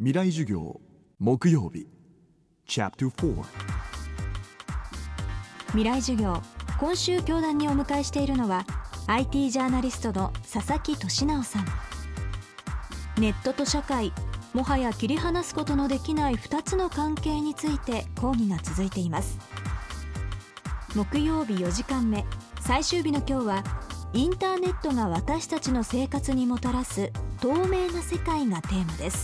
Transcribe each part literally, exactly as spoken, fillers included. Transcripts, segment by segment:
未来授業木曜日チャプターフォー。 未来授業、今週教壇にお迎えしているのは アイティー ジャーナリストの佐々木俊直さん。ネットと社会、もはや切り離すことのできないふたつの関係について講義が続いています。木曜日よじかんめ、最終日の今日はインターネットが私たちの生活にもたらす透明な世界がテーマです。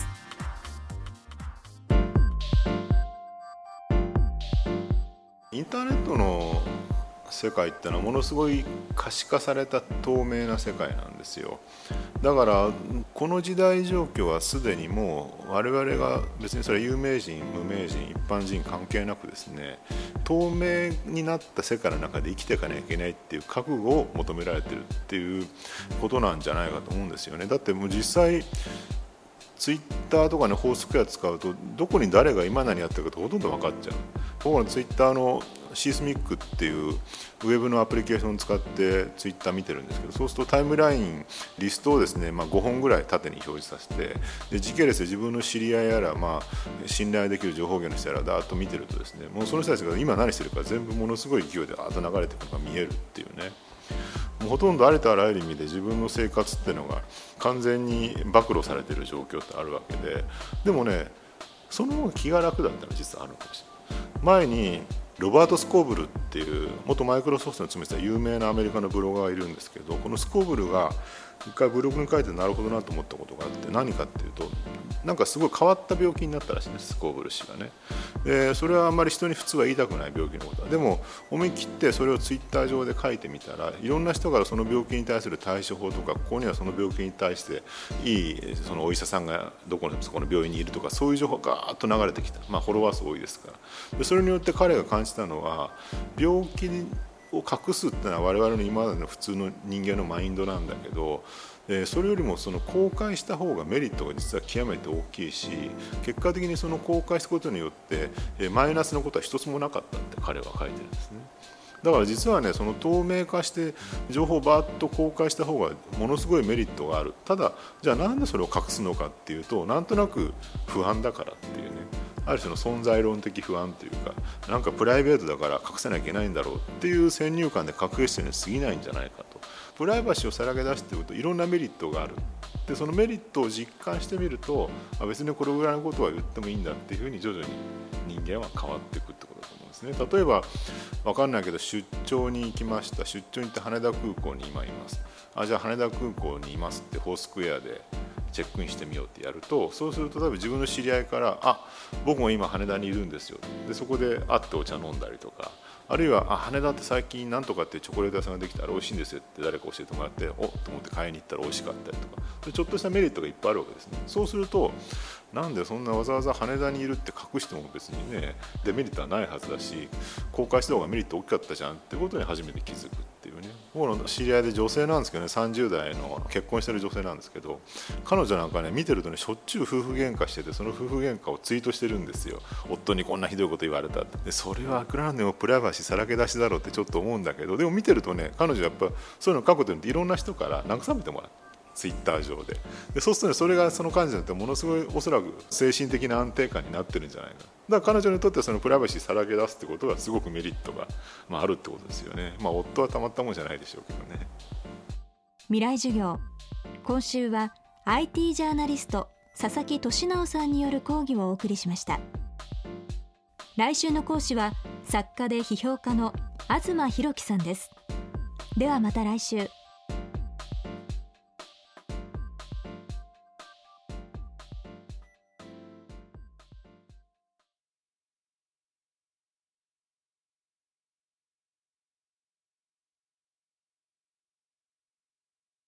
インターネットの世界ってのはものすごい可視化された透明な世界なんですよ。だからこの時代状況はすでにもう我々が別にそれは有名人無名人一般人関係なくですね、透明になった世界の中で生きていかなきゃいけないっていう覚悟を求められてるっていうことなんじゃないかと思うんですよね。だってもう実際ツイッターとかね、フォースクエア使うとどこに誰が今何やってるかってほとんど分かっちゃう。僕のツイッターのシースミックっていうウェブのアプリケーションを使ってツイッター見てるんですけど、そうするとタイムラインリストをですね、まあ、ごほんぐらい縦に表示させて、で時系列で自分の知り合いやら、まあ、信頼できる情報源の人やらだーっと見てるとですね、もうその人たちが今何してるか全部ものすごい勢いであーっと流れてくるのが見えるっていうね。もうほとんどありとあらゆる意味で自分の生活っていうのが完全に暴露されている状況ってあるわけで、でもね、その方が気が楽だったのは実はあるのかもしれない。前にロバート・スコーブルっていう元マイクロソフトに勤めてた有名なアメリカのブロガーがいるんですけど、このスコーブルが一回ブログに書いてなるほどなと思ったことがあって、何かっていうと、なんかすごい変わった病気になったらしいんです、スコーブル氏がね。でそれはあんまり人に普通は言いたくない病気のことだ。でも思い切ってそれをツイッター上で書いてみたら、いろんな人からその病気に対する対処法とか、ここにはその病気に対していいそのお医者さんがどこのそこの病院にいるとか、そういう情報がガーッと流れてきた。まあフォロワー数多いですから。でそれによって彼が感じたのは、病気を隠すっていうのは我々の今までの普通の人間のマインドなんだけど、それよりもその公開した方がメリットが実は極めて大きいし、結果的にその公開することによってマイナスのことは一つもなかったって彼は書いてるんですね。だから実はね、その透明化して情報をバーッと公開した方がものすごいメリットがある。ただじゃあなんでそれを隠すのかっていうと、なんとなく不安だからっていうね、ある種の存在論的不安というか、なんかプライベートだから隠せなきゃいけないんだろうっていう先入観で隠してるに過ぎないんじゃないかと。プライバシーをさらけ出しているといろんなメリットがある。でそのメリットを実感してみると、あ別にこれぐらいのことは言ってもいいんだっていうふうに徐々に人間は変わっていくってことだと思うんですね。例えば分かんないけど出張に行きました。出張に行って羽田空港に今います。あじゃあ羽田空港にいますってフォースクエアでチェックインしてみようってやると、そうすると例えば自分の知り合いからあ僕も今羽田にいるんですよ。でそこで会ってお茶飲んだりとか、あるいはあ羽田って最近なんとかってチョコレート屋さんができたら美味しいんですよって誰か教えてもらって、おっと思って買いに行ったら美味しかったりとか、でちょっとしたメリットがいっぱいあるわけですね。そうするとなんでそんなわざわざ羽田にいるって隠しても別にねデメリットはないはずだし、公開した方がメリット大きかったじゃんってことに初めて気づくっていうね。僕の知り合いで女性なんですけどね、さんじゅう代の結婚してる女性なんですけど、彼女なんかね見てるとねしょっちゅう夫婦喧嘩してて、その夫婦喧嘩をツイートしてるんですよ。夫にこんなひどいこと言われたって。でそれはあくらなんでもプライバシーさらけ出しだろうってちょっと思うんだけど、でも見てるとね彼女やっぱそういうの書くことによっていろんな人から慰めてもらう。ツイッター上 で, でそうすると、ね、それがその彼女にとってものすごいおそらく精神的な安定感になってるんじゃないか。だから彼女にとってはそのプライバシーさらけ出すってことがすごくメリットが、まあ、あるってことですよね。まあ夫はたまったもんじゃないでしょうけどね。 未来授業、今週は アイティー ジャーナリスト佐々木俊直さんによる講義をお送りしました。来週の講師は作家で批評家の東博樹さんです。ではまた来週。